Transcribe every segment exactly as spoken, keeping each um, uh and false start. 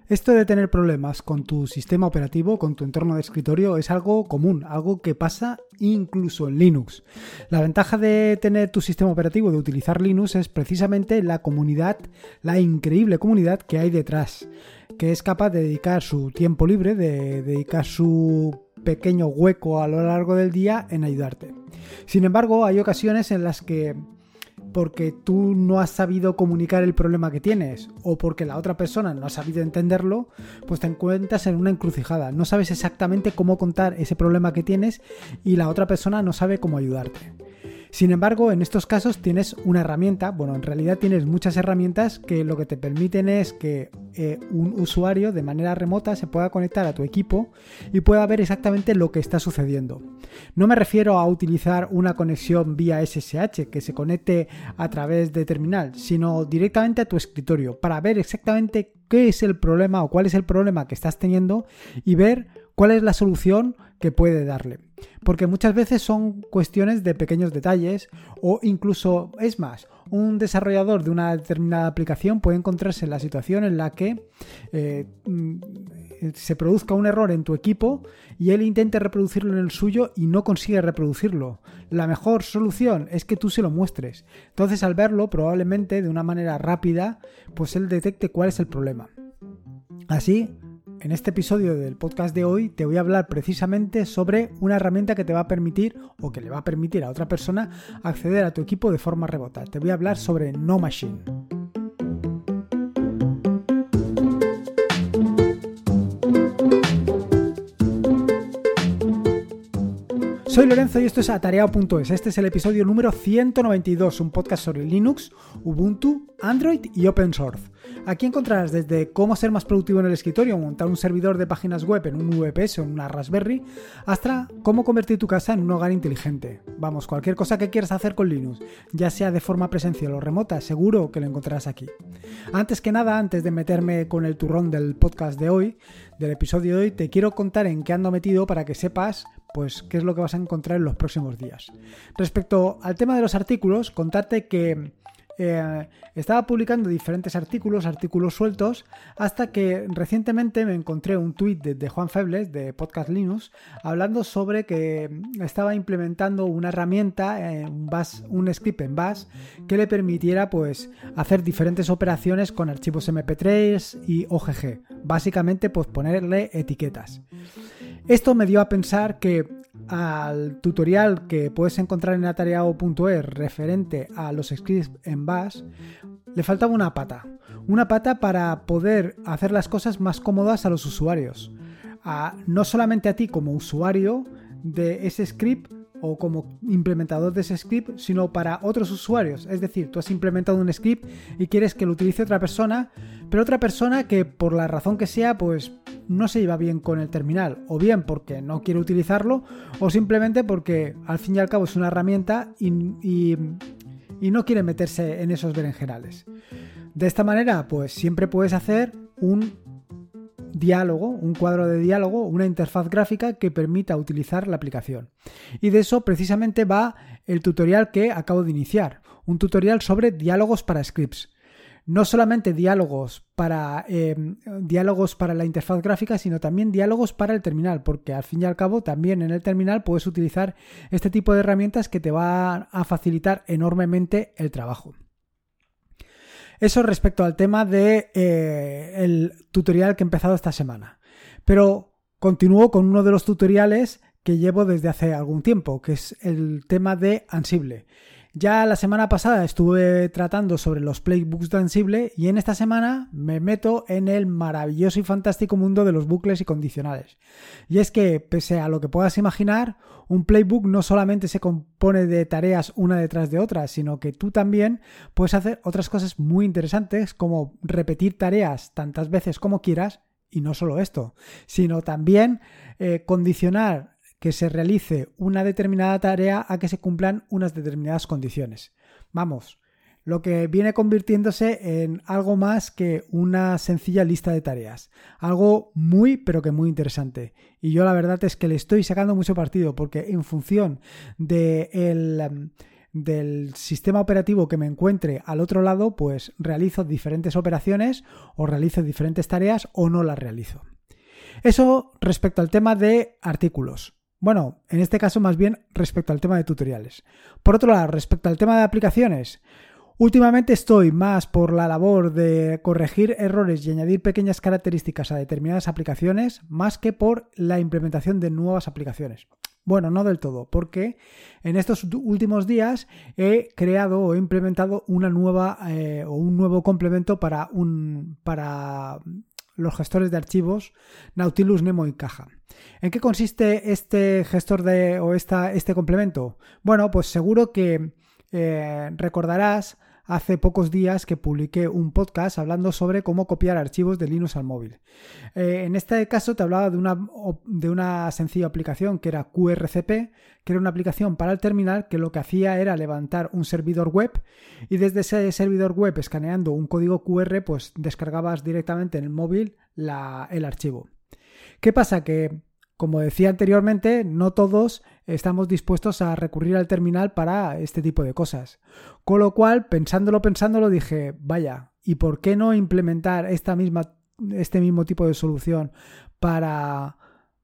Esto de tener problemas con tu sistema operativo, con tu entorno de escritorio, es algo común, algo que pasa incluso en Linux. La ventaja de tener tu sistema operativo, de utilizar Linux, es precisamente la comunidad, la increíble comunidad que hay detrás, que es capaz de dedicar su tiempo libre, de dedicar su pequeño hueco a lo largo del día en ayudarte. Sin embargo, hay ocasiones en las que, porque tú no has sabido comunicar el problema que tienes o porque la otra persona no ha sabido entenderlo, pues te encuentras en una encrucijada. No sabes exactamente cómo contar ese problema que tienes y la otra persona no sabe cómo ayudarte. Sin embargo, en estos casos tienes una herramienta, bueno, en realidad tienes muchas herramientas que lo que te permiten es que eh, un usuario de manera remota se pueda conectar a tu equipo y pueda ver exactamente lo que está sucediendo. No me refiero a utilizar una conexión vía S S H que se conecte a través de terminal, sino directamente a tu escritorio para ver exactamente qué es el problema o cuál es el problema que estás teniendo y ver cuál es la solución que puede darle. Porque muchas veces son cuestiones de pequeños detalles o incluso, es más, un desarrollador de una determinada aplicación puede encontrarse en la situación en la que eh, se produzca un error en tu equipo y él intente reproducirlo en el suyo y no consigue reproducirlo. La mejor solución es que tú se lo muestres. Entonces, al verlo, probablemente de una manera rápida, pues él detecte cuál es el problema. Así, en este episodio del podcast de hoy te voy a hablar precisamente sobre una herramienta que te va a permitir o que le va a permitir a otra persona acceder a tu equipo de forma remota. Te voy a hablar sobre NoMachine. Soy Lorenzo y esto es atareado punto es. Este es el episodio número ciento noventa y dos, un podcast sobre Linux, Ubuntu, Android y Open Source. Aquí encontrarás desde cómo ser más productivo en el escritorio, montar un servidor de páginas web en un V P S o en una Raspberry, hasta cómo convertir tu casa en un hogar inteligente. Vamos, cualquier cosa que quieras hacer con Linux, ya sea de forma presencial o remota, seguro que lo encontrarás aquí. Antes que nada, antes de meterme con el turrón del podcast de hoy, del episodio de hoy, te quiero contar en qué ando metido para que sepas pues qué es lo que vas a encontrar en los próximos días. Respecto al tema de los artículos, contarte que eh, estaba publicando diferentes artículos, artículos sueltos, hasta que recientemente me encontré un tuit de, de Juan Febles, de Podcast Linux, hablando sobre que estaba implementando una herramienta, eh, un, bash, un script en Bash, que le permitiera pues hacer diferentes operaciones con archivos eme pe tres y o ge ge. Básicamente, pues ponerle etiquetas. Esto me dio a pensar que al tutorial que puedes encontrar en atareado punto es referente a los scripts en Bash, le faltaba una pata. Una pata para poder hacer las cosas más cómodas a los usuarios. A, no solamente a ti como usuario de ese script o como implementador de ese script, sino para otros usuarios. Es decir, tú has implementado un script y quieres que lo utilice otra persona, pero otra persona que por la razón que sea, pues no se lleva bien con el terminal, o bien porque no quiere utilizarlo, o simplemente porque al fin y al cabo es una herramienta y, y, y no quiere meterse en esos berenjenales. De esta manera, pues siempre puedes hacer un diálogo, un cuadro de diálogo, una interfaz gráfica que permita utilizar la aplicación. Y de eso precisamente va el tutorial que acabo de iniciar, un tutorial sobre diálogos para scripts. No solamente diálogos para, eh, diálogos para la interfaz gráfica, sino también diálogos para el terminal, porque al fin y al cabo también en el terminal puedes utilizar este tipo de herramientas que te van a facilitar enormemente el trabajo. Eso respecto al tema de eh, el tutorial que he empezado esta semana. Pero continúo con uno de los tutoriales que llevo desde hace algún tiempo, que es el tema de Ansible. Ya la semana pasada estuve tratando sobre los playbooks de Ansible y en esta semana me meto en el maravilloso y fantástico mundo de los bucles y condicionales. Y es que, pese a lo que puedas imaginar, un playbook no solamente se compone de tareas una detrás de otra, sino que tú también puedes hacer otras cosas muy interesantes como repetir tareas tantas veces como quieras, y no solo esto, sino también eh, condicionar que se realice una determinada tarea a que se cumplan unas determinadas condiciones. Vamos, lo que viene convirtiéndose en algo más que una sencilla lista de tareas. Algo muy, pero que muy interesante. Y yo la verdad es que le estoy sacando mucho partido porque en función de el, del sistema operativo que me encuentre al otro lado, pues realizo diferentes operaciones o realizo diferentes tareas o no las realizo. Eso respecto al tema de artículos. Bueno, en este caso más bien respecto al tema de tutoriales. Por otro lado, respecto al tema de aplicaciones, últimamente estoy más por la labor de corregir errores y añadir pequeñas características a determinadas aplicaciones, más que por la implementación de nuevas aplicaciones. Bueno, no del todo, porque en estos últimos días he creado o he implementado una nueva eh, o un nuevo complemento para un para los gestores de archivos Nautilus, Nemo y Caja. ¿En qué consiste este gestor de o esta, este complemento? Bueno, pues seguro que eh, recordarás hace pocos días que publiqué un podcast hablando sobre cómo copiar archivos de Linux al móvil. Eh, en este caso te hablaba de una, de una sencilla aplicación que era Q R C P, que era una aplicación para el terminal que lo que hacía era levantar un servidor web y desde ese servidor web, escaneando un código Q R, pues descargabas directamente en el móvil la, el archivo. ¿Qué pasa? Que, como decía anteriormente, no todos estamos dispuestos a recurrir al terminal para este tipo de cosas. Con lo cual, pensándolo, pensándolo, dije, vaya, ¿y por qué no implementar esta misma, este mismo tipo de solución para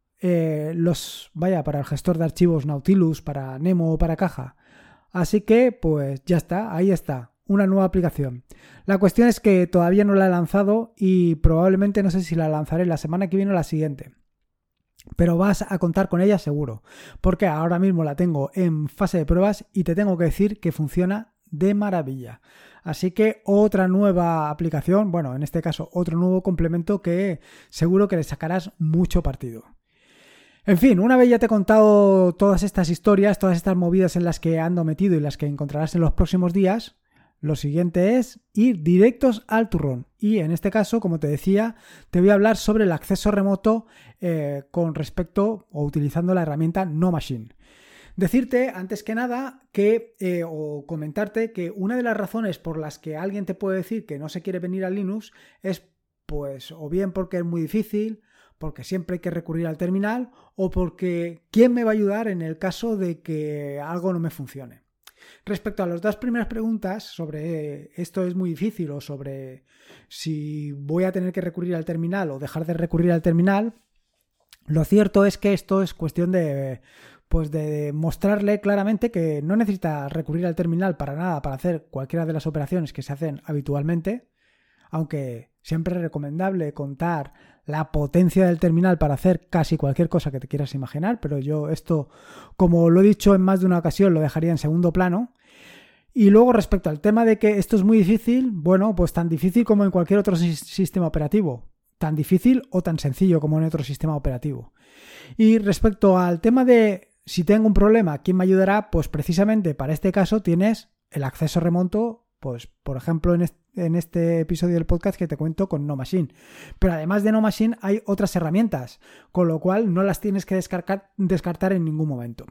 eh, los, vaya, para el gestor de archivos Nautilus, para Nemo o para Caja? Así que, pues ya está, ahí está, una nueva aplicación. La cuestión es que todavía no la he lanzado y probablemente no sé si la lanzaré la semana que viene o la siguiente. Pero vas a contar con ella seguro, porque ahora mismo la tengo en fase de pruebas y te tengo que decir que funciona de maravilla. Así que otra nueva aplicación, bueno, en este caso otro nuevo complemento que seguro que le sacarás mucho partido. En fin, una vez ya te he contado todas estas historias, todas estas movidas en las que ando metido y las que encontrarás en los próximos días, lo siguiente es ir directos al turrón. Y en este caso, como te decía, te voy a hablar sobre el acceso remoto eh, con respecto o utilizando la herramienta NoMachine. Decirte, antes que nada, que eh, o comentarte que una de las razones por las que alguien te puede decir que no se quiere venir a Linux es, pues, o bien porque es muy difícil, porque siempre hay que recurrir al terminal, o porque ¿quién me va a ayudar en el caso de que algo no me funcione? Respecto a las dos primeras preguntas sobre esto es muy difícil o sobre si voy a tener que recurrir al terminal o dejar de recurrir al terminal, lo cierto es que esto es cuestión de, pues de mostrarle claramente que no necesita recurrir al terminal para nada para hacer cualquiera de las operaciones que se hacen habitualmente, aunque siempre es recomendable contar la potencia del terminal para hacer casi cualquier cosa que te quieras imaginar, pero yo esto, como lo he dicho en más de una ocasión, lo dejaría en segundo plano. Y luego respecto al tema de que esto es muy difícil, bueno, pues tan difícil como en cualquier otro sistema operativo, tan difícil o tan sencillo como en otro sistema operativo. Y respecto al tema de si tengo un problema, ¿quién me ayudará? Pues precisamente para este caso tienes el acceso remoto, pues por ejemplo en este en este episodio del podcast que te cuento con NoMachine. Pero además de NoMachine hay otras herramientas, con lo cual no las tienes que descartar, descartar en ningún momento.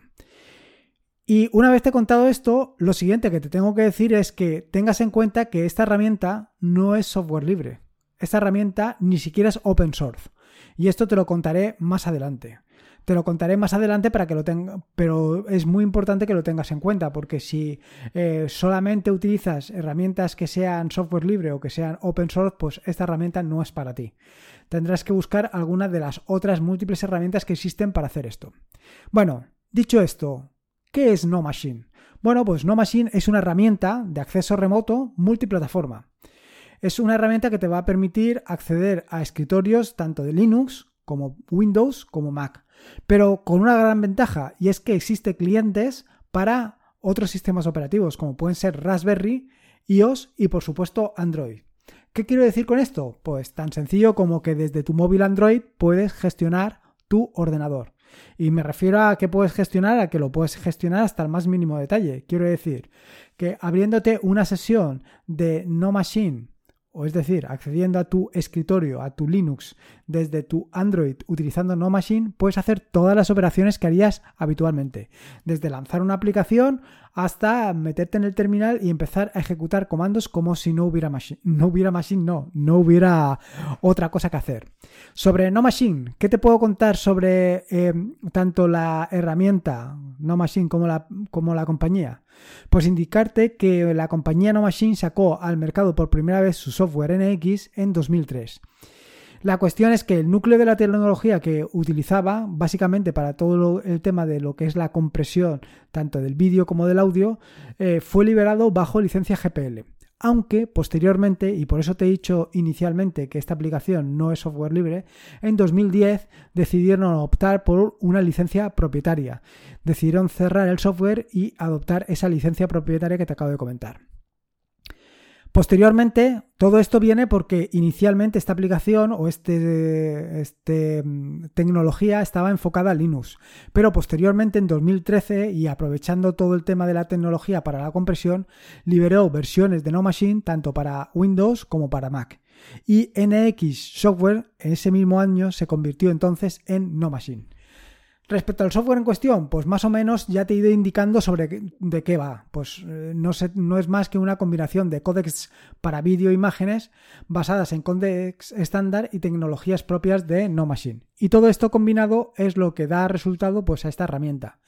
Y una vez te he contado esto, lo siguiente que te tengo que decir es que tengas en cuenta que esta herramienta no es software libre. Esta herramienta ni siquiera es open source. Y esto te lo contaré más adelante. Te lo contaré más adelante para que lo tenga, pero es muy importante que lo tengas en cuenta, porque si eh, solamente utilizas herramientas que sean software libre o que sean open source, pues esta herramienta no es para ti. Tendrás que buscar alguna de las otras múltiples herramientas que existen para hacer esto. Bueno, dicho esto, ¿qué es NoMachine? Bueno, pues NoMachine es una herramienta de acceso remoto multiplataforma. Es una herramienta que te va a permitir acceder a escritorios tanto de Linux como Windows como Mac. Pero con una gran ventaja, y es que existen clientes para otros sistemas operativos, como pueden ser Raspberry, iOS y por supuesto Android. ¿Qué quiero decir con esto? Pues tan sencillo como que desde tu móvil Android puedes gestionar tu ordenador. Y me refiero a que puedes gestionar, a que lo puedes gestionar hasta el más mínimo detalle. Quiero decir que abriéndote una sesión de NoMachine, o es decir, accediendo a tu escritorio, a tu Linux, desde tu Android utilizando NoMachine, puedes hacer todas las operaciones que harías habitualmente. Desde lanzar una aplicación hasta meterte en el terminal y empezar a ejecutar comandos como si no hubiera machine. No hubiera machine, no, no hubiera otra cosa que hacer. Sobre NoMachine, ¿qué te puedo contar sobre eh, tanto la herramienta NoMachine como la, como la compañía? Pues indicarte que la compañía NoMachine sacó al mercado por primera vez su software N X en dos mil tres. La cuestión es que el núcleo de la tecnología que utilizaba, básicamente para todo lo, el tema de lo que es la compresión tanto del vídeo como del audio, eh, fue liberado bajo licencia G P L. Aunque posteriormente, y por eso te he dicho inicialmente que esta aplicación no es software libre, en dos mil diez decidieron optar por una licencia propietaria. Decidieron cerrar el software y adoptar esa licencia propietaria que te acabo de comentar. Posteriormente, todo esto viene porque inicialmente esta aplicación o este, este tecnología estaba enfocada a Linux, pero posteriormente en dos mil trece, y aprovechando todo el tema de la tecnología para la compresión, liberó versiones de NoMachine tanto para Windows como para Mac. Y N X Software en ese mismo año se convirtió entonces en NoMachine. Respecto al software en cuestión, pues más o menos ya te he ido indicando sobre de qué va. Pues eh, no, sé, no es más que una combinación de códecs para vídeo e imágenes basadas en códecs estándar y tecnologías propias de NoMachine. Y todo esto combinado es lo que da resultado pues, a esta herramienta.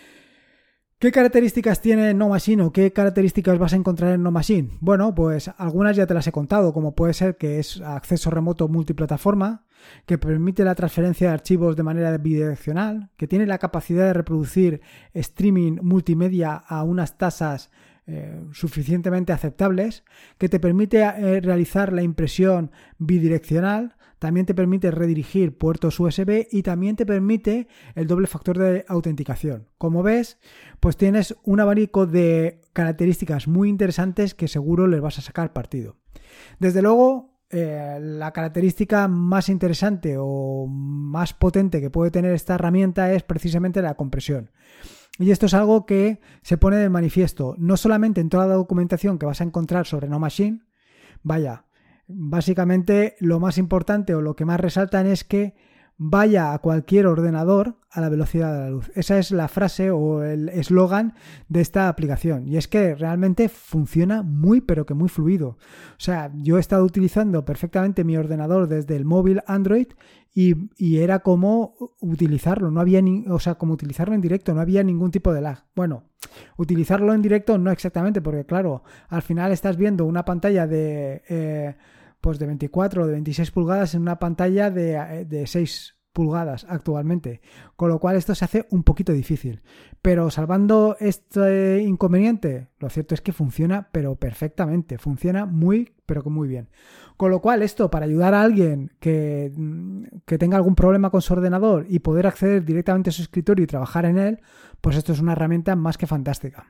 ¿Qué características tiene NoMachine o qué características vas a encontrar en NoMachine? Bueno, pues algunas ya te las he contado, como puede ser que es acceso remoto multiplataforma, que permite la transferencia de archivos de manera bidireccional, que tiene la capacidad de reproducir streaming multimedia a unas tasas eh, suficientemente aceptables, que te permite eh, realizar la impresión bidireccional, también te permite redirigir puertos U S B y también te permite el doble factor de autenticación. Como ves, pues tienes un abanico de características muy interesantes que seguro les vas a sacar partido. Desde luego, eh, la característica más interesante o más potente que puede tener esta herramienta es precisamente la compresión. Y esto es algo que se pone de manifiesto no solamente en toda la documentación que vas a encontrar sobre NoMachine, vaya, básicamente lo más importante o lo que más resaltan es que vaya a cualquier ordenador a la velocidad de la luz. Esa es la frase o el eslogan de esta aplicación. Y es que realmente funciona muy pero que muy fluido. O sea, yo he estado utilizando perfectamente mi ordenador desde el móvil Android y, y era como utilizarlo. No había ni, o sea, como utilizarlo en directo. No había ningún tipo de lag. Bueno, utilizarlo en directo no exactamente, porque claro, al final estás viendo una pantalla de... Eh, pues de veinticuatro o de veintiséis pulgadas en una pantalla de, de seis pulgadas actualmente, con lo cual esto se hace un poquito difícil, pero salvando este inconveniente, lo cierto es que funciona pero perfectamente, funciona muy pero que muy bien, con lo cual esto para ayudar a alguien que, que tenga algún problema con su ordenador y poder acceder directamente a su escritorio y trabajar en él, pues esto es una herramienta más que fantástica.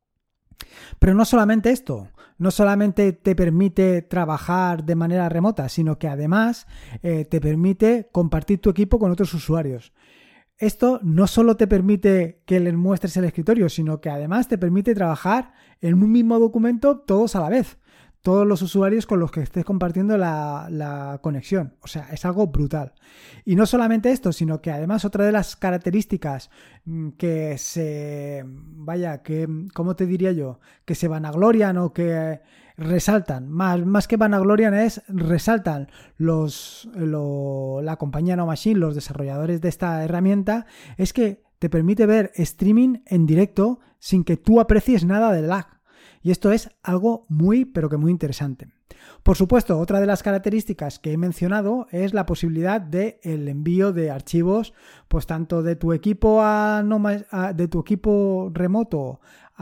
Pero no solamente esto, no solamente te permite trabajar de manera remota, sino que además eh, te permite compartir tu equipo con otros usuarios. Esto no solo te permite que les muestres el escritorio, sino que además te permite trabajar en un mismo documento todos a la vez. Todos los usuarios con los que estés compartiendo la, la conexión. O sea, es algo brutal. Y no solamente esto, sino que además otra de las características que se, vaya, que, ¿cómo te diría yo? Que se vanaglorian o que resaltan, más, más que vanaglorian es, resaltan los, lo, la compañía NoMachine, los desarrolladores de esta herramienta, es que te permite ver streaming en directo sin que tú aprecies nada del lag. Y esto es algo muy, pero que muy interesante. Por supuesto, otra de las características que he mencionado es la posibilidad del envío de archivos, pues tanto de tu equipo a, a, de tu equipo remoto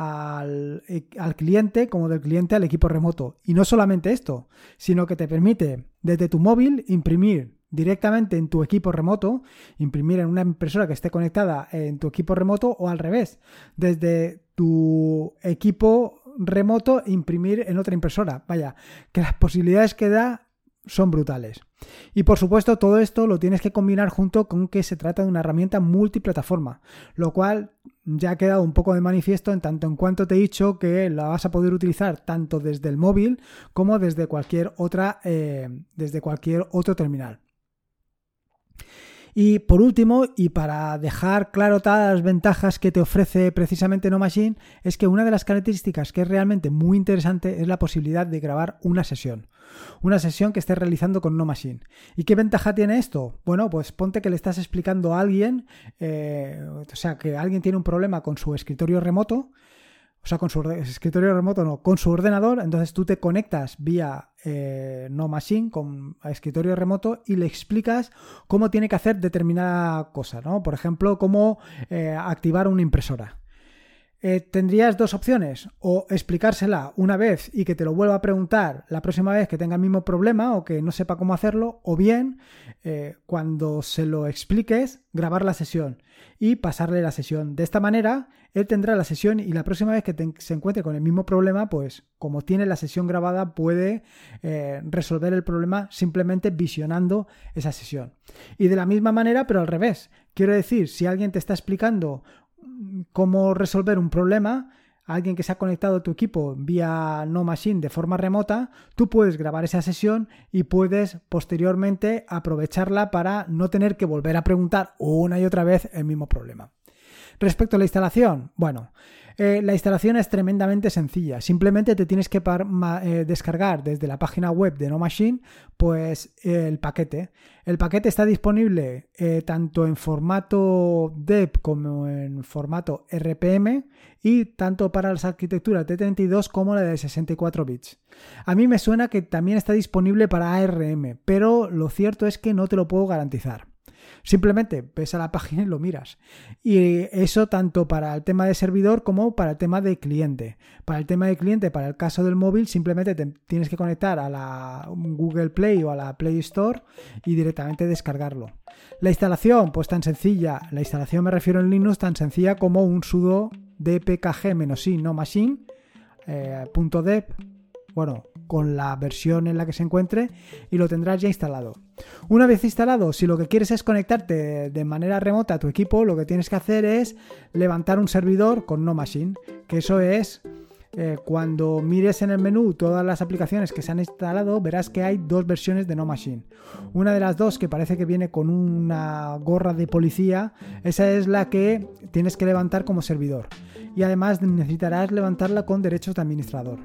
al, al cliente como del cliente al equipo remoto. Y no solamente esto, sino que te permite desde tu móvil imprimir directamente en tu equipo remoto, imprimir en una impresora que esté conectada en tu equipo remoto o al revés, desde tu equipo remoto imprimir en otra impresora. Vaya, que las posibilidades que da son brutales. Y por supuesto todo esto lo tienes que combinar junto con que se trata de una herramienta multiplataforma, lo cual ya ha quedado un poco de manifiesto en tanto en cuanto te he dicho que la vas a poder utilizar tanto desde el móvil como desde cualquier otra, eh, desde cualquier otro terminal. Y por último, y para dejar claro todas las ventajas que te ofrece precisamente NoMachine, es que una de las características que es realmente muy interesante es la posibilidad de grabar una sesión. Una sesión que estés realizando con NoMachine. ¿Y qué ventaja tiene esto? Bueno, pues ponte que le estás explicando a alguien, eh, o sea, que alguien tiene un problema con su escritorio remoto, o sea, con su escritorio remoto no, con su ordenador, entonces tú te conectas vía eh, NoMachine con a escritorio remoto y le explicas cómo tiene que hacer determinada cosa, ¿no? Por ejemplo, cómo eh, activar una impresora. Eh, tendrías dos opciones, o explicársela una vez y que te lo vuelva a preguntar la próxima vez que tenga el mismo problema o que no sepa cómo hacerlo, o bien eh, cuando se lo expliques, grabar la sesión y pasarle la sesión. De esta manera, él tendrá la sesión y la próxima vez que te, se encuentre con el mismo problema, pues como tiene la sesión grabada, puede eh, resolver el problema simplemente visionando esa sesión. Y de la misma manera, pero al revés. Quiero decir, si alguien te está explicando cómo resolver un problema, alguien que se ha conectado a tu equipo vía NoMachine de forma remota, tú puedes grabar esa sesión y puedes posteriormente aprovecharla para no tener que volver a preguntar una y otra vez el mismo problema. Respecto a la instalación, bueno, eh, la instalación es tremendamente sencilla. Simplemente te tienes que par- ma- eh, descargar desde la página web de NoMachine pues eh, el paquete. El paquete está disponible eh, tanto en formato D E P como en formato R P M y tanto para las arquitecturas de treinta y dos como la de sesenta y cuatro bits. A mí me suena que también está disponible para A R M, pero lo cierto es que no te lo puedo garantizar. Simplemente ves a la página y lo miras. Y eso tanto para el tema de servidor como para el tema de cliente. Para el tema de cliente, para el caso del móvil, simplemente te tienes que conectar a la Google Play o a la Play Store y directamente descargarlo. La instalación, pues tan sencilla. La instalación me refiero en Linux, tan sencilla como un sudo dpkg-i NoMachine eh, .deb, bueno, con la versión en la que se encuentre, y lo tendrás ya instalado. Una vez instalado, si lo que quieres es conectarte de manera remota a tu equipo, lo que tienes que hacer es levantar un servidor con NoMachine, que eso es eh, cuando mires en el menú todas las aplicaciones que se han instalado, verás que hay dos versiones de NoMachine. Una de las dos, que parece que viene con una gorra de policía, esa es la que tienes que levantar como servidor, y además necesitarás levantarla con derechos de administrador.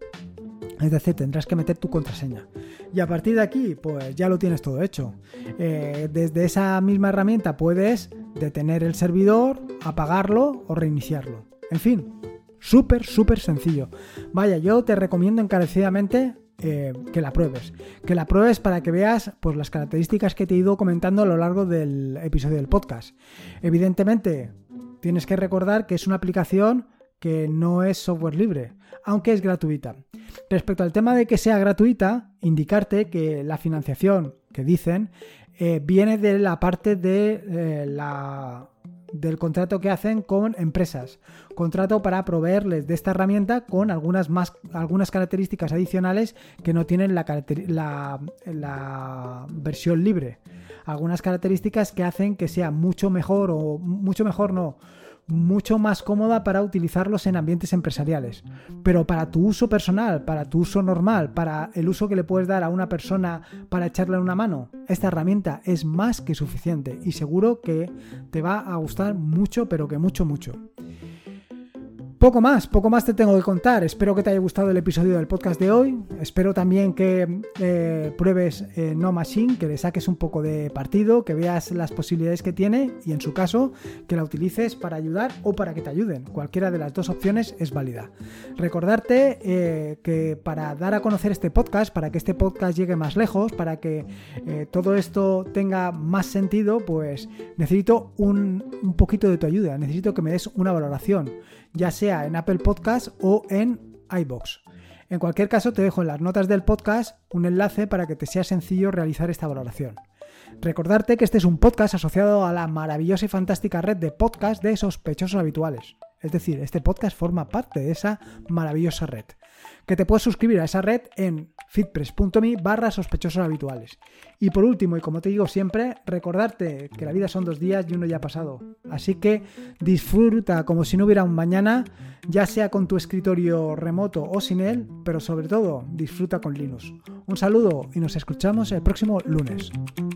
Es decir, tendrás que meter tu contraseña. Y a partir de aquí, pues ya lo tienes todo hecho. Eh, desde esa misma herramienta puedes detener el servidor, apagarlo o reiniciarlo. En fin, súper, súper sencillo. Vaya, yo te recomiendo encarecidamente eh, que la pruebes. Que la pruebes para que veas pues, las características que te he ido comentando a lo largo del episodio del podcast. Evidentemente, tienes que recordar que es una aplicación que no es software libre, aunque es gratuita. Respecto al tema de que sea gratuita, indicarte que la financiación que dicen eh, viene de la parte de, eh, la, del contrato que hacen con empresas. Contrato para proveerles de esta herramienta con algunas, más, algunas características adicionales que no tienen la, la, la versión libre. Algunas características que hacen que sea mucho mejor o mucho mejor no. mucho más cómoda para utilizarlos en ambientes empresariales. Pero para tu uso personal, para tu uso normal, para el uso que le puedes dar a una persona para echarle una mano, esta herramienta es más que suficiente y seguro que te va a gustar mucho, pero que mucho, mucho. Poco más, poco más te tengo que contar. Espero que te haya gustado el episodio del podcast de hoy. Espero también que eh, pruebes eh, NoMachine, que le saques un poco de partido, que veas las posibilidades que tiene y en su caso que la utilices para ayudar o para que te ayuden. Cualquiera de las dos opciones es válida. Recordarte eh, que para dar a conocer este podcast, para que este podcast llegue más lejos, para que eh, todo esto tenga más sentido, pues necesito un, un poquito de tu ayuda. Necesito que me des una valoración, ya sea en Apple Podcast o en iVoox. En cualquier caso, te dejo en las notas del podcast un enlace para que te sea sencillo realizar esta valoración. Recordarte que este es un podcast asociado a la maravillosa y fantástica red de podcasts de sospechosos habituales. Es decir, este podcast forma parte de esa maravillosa red. Que te puedes suscribir a esa red en feedpress.me barra sospechosos habituales. Y por último, y como te digo siempre, recordarte que la vida son dos días y uno ya ha pasado. Así que disfruta como si no hubiera un mañana, ya sea con tu escritorio remoto o sin él, pero sobre todo disfruta con Linux. Un saludo y nos escuchamos el próximo lunes.